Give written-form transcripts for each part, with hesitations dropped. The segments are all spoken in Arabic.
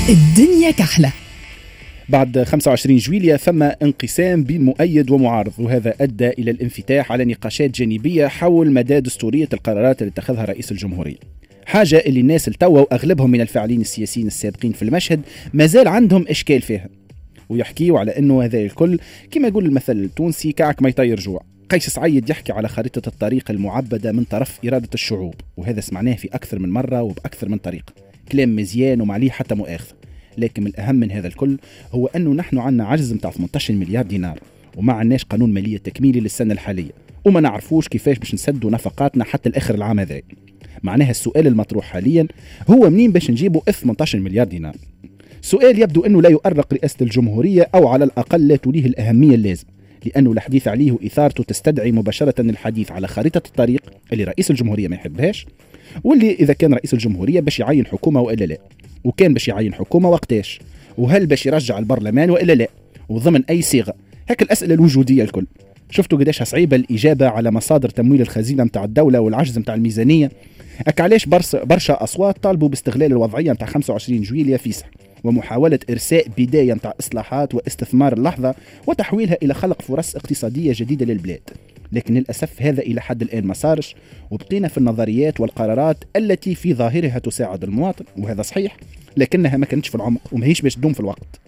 الدنيا كحلة. بعد 25 جويلية ثم انقسام بين مؤيد ومعارض، وهذا أدى إلى الانفتاح على نقاشات جانبية حول مدى دستورية القرارات اللي اتخذها رئيس الجمهورية. حاجة اللي الناس التوا وأغلبهم من الفاعلين السياسيين السابقين في المشهد ما زال عندهم إشكال فيها، ويحكيوا على أنه هذا الكل كما يقول المثل التونسي كعك ما يطير جوع. قيس سعيد يحكي على خريطة الطريق المعبدة من طرف إرادة الشعوب، وهذا سمعناه في أكثر من مرة وبأكثر من طريقة، كلام مزيان ومعليه حتى مؤاخذة. لكن الأهم من هذا الكل هو أنه نحن عنا عجز متاع 18 مليار دينار، وما عناش قانون مالية تكميلي للسنة الحالية، وما نعرفوش كيفاش باش نسدوا نفقاتنا حتى الآخر العام هذا. معناها السؤال المطروح حاليا هو منين باش نجيبوا 18 مليار دينار؟ سؤال يبدو أنه لا يؤرق رئاسة الجمهورية، أو على الأقل لا توليه الأهمية اللازم، لأنه الحديث عليه وإثارته تستدعي مباشرة الحديث على خريطة الطريق اللي رئيس الجمهورية ما يحبهاش، واللي إذا كان رئيس الجمهورية باش يعين حكومة وإلا لا، وكان باش يعين حكومة وقتاش، وهل باش يرجع البرلمان وإلا لا، وضمن أي صيغة. هيك الأسئلة الوجودية الكل. شفتوا قديش صعيبة الإجابة على مصادر تمويل الخزينة متاع الدولة والعجز متاع الميزانية. علاش برشا أصوات طالبوا باستغلال الوضعية متاع 25 جويلية فيسح، ومحاولة إرساء بداية متاع إصلاحات واستثمار اللحظة وتحويلها إلى خلق فرص اقتصادية جديدة للبلاد. لكن للأسف هذا إلى حد الآن ما صارش، وبقينا في النظريات والقرارات التي في ظاهرها تساعد المواطن، وهذا صحيح، لكنها ما كانتش في العمق وما هيش باش تدوم في الوقت.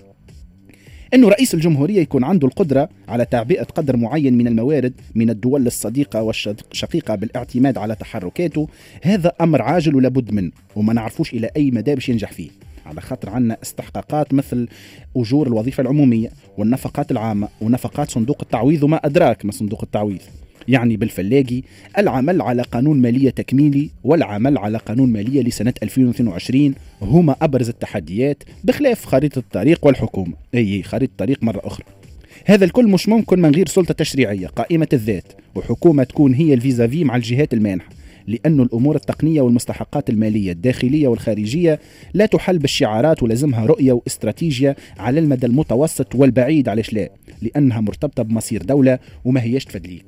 إنه رئيس الجمهورية يكون عنده القدرة على تعبئة قدر معين من الموارد من الدول الصديقة والشقيقة بالاعتماد على تحركاته، هذا أمر عاجل ولابد منه، وما نعرفوش إلى أي مدى باش ينجح فيه، على خاطر عنا استحقاقات مثل أجور الوظيفة العمومية والنفقات العامة ونفقات صندوق التعويض وما أدراك ما صندوق التعويض. يعني بالفلاقي العمل على قانون مالية تكميلي والعمل على قانون مالية لسنة 2022 هما أبرز التحديات، بخلاف خريطة الطريق والحكومة، أي خريطة الطريق مرة أخرى. هذا الكل مش ممكن من غير سلطة تشريعية قائمة الذات، وحكومة تكون هي الفيزافي مع الجهات المانحة، لأن الأمور التقنية والمستحقات المالية الداخلية والخارجية لا تحل بالشعارات، ولازمها رؤية واستراتيجية على المدى المتوسط والبعيد. علاش لا؟ لأنها مرتبطة بمصير دولة وما هيش تفدليك.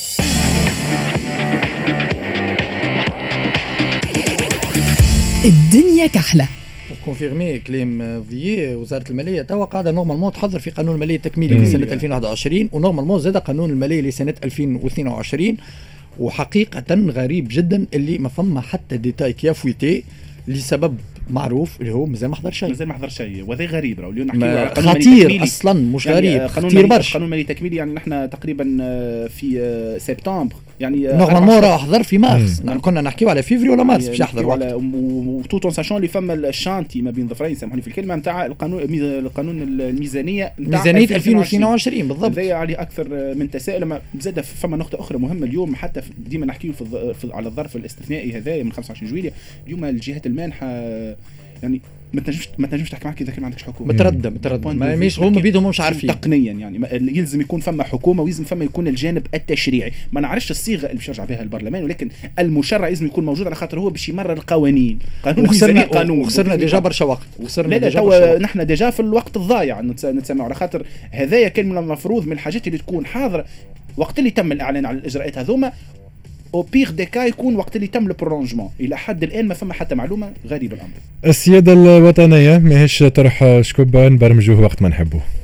الدنيا كحلة. كونفيرمي كلام ضياء، وزارة المالية توا قاعدة نورمالمون تحضر في قانون المالية التكميلي لسنة 2021، ونورمالمون زاد قانون المالية لسنة 2022. وحقيقة غريب جدا اللي ما فما حتى ديتاي كيافويتي لسبب معروف اللي هو مازال ما حضر شيء، وهذا غريب. راهو اليوم نحكي على خطير اصلا، مش يعني غريب، خطير برشا. قانون مالي تكميلي، يعني نحن تقريبا في سبتمبر، يعني نورمالمون راه حضر في مارس، كنا نحكيو على فيفري ولا مارس باش يحضر وقت، وتوتون ساشون اللي فما الشانتي ما بين ظفرين، سامحوني في الكلمه، نتاع القانون الميزانيه 2022 بالضبط. هذا عليه اكثر من تساؤل. ما زاد فما نقطه اخرى مهمه اليوم، حتى ديما نحكيو على الظرف الاستثنائي هذا من 25 جويلية. اليوم الجهات المانحه يعني ما تنجمش تحكي معك اذا كان ما عندكش حكومه. متردد ما مش هم بيدهم مش عارفين تقنيا، يعني يلزم يكون فما حكومه، ويلزم فما يكون الجانب التشريعي. ما نعرفش الصيغه اللي باش يرجع بها البرلمان، ولكن المشرع لازم يكون موجود، على خاطر هو باش يمرر القوانين. وخسرنا ديجا برشا وقت، نحن ديجا في الوقت الضايع نتسمع، على خاطر هذايا كان من المفروض من الحاجات اللي تكون حاضره وقت اللي تم الاعلان على الاجراءات هذوما، او بيغ ديكا يكون وقت اللي تم البرونجمون. الى حد الان ما فما حتى معلومه، غريب الامر. السياده الوطنيه ماهيش طرح شكوب نبرمجوه وقت ما نحبوه.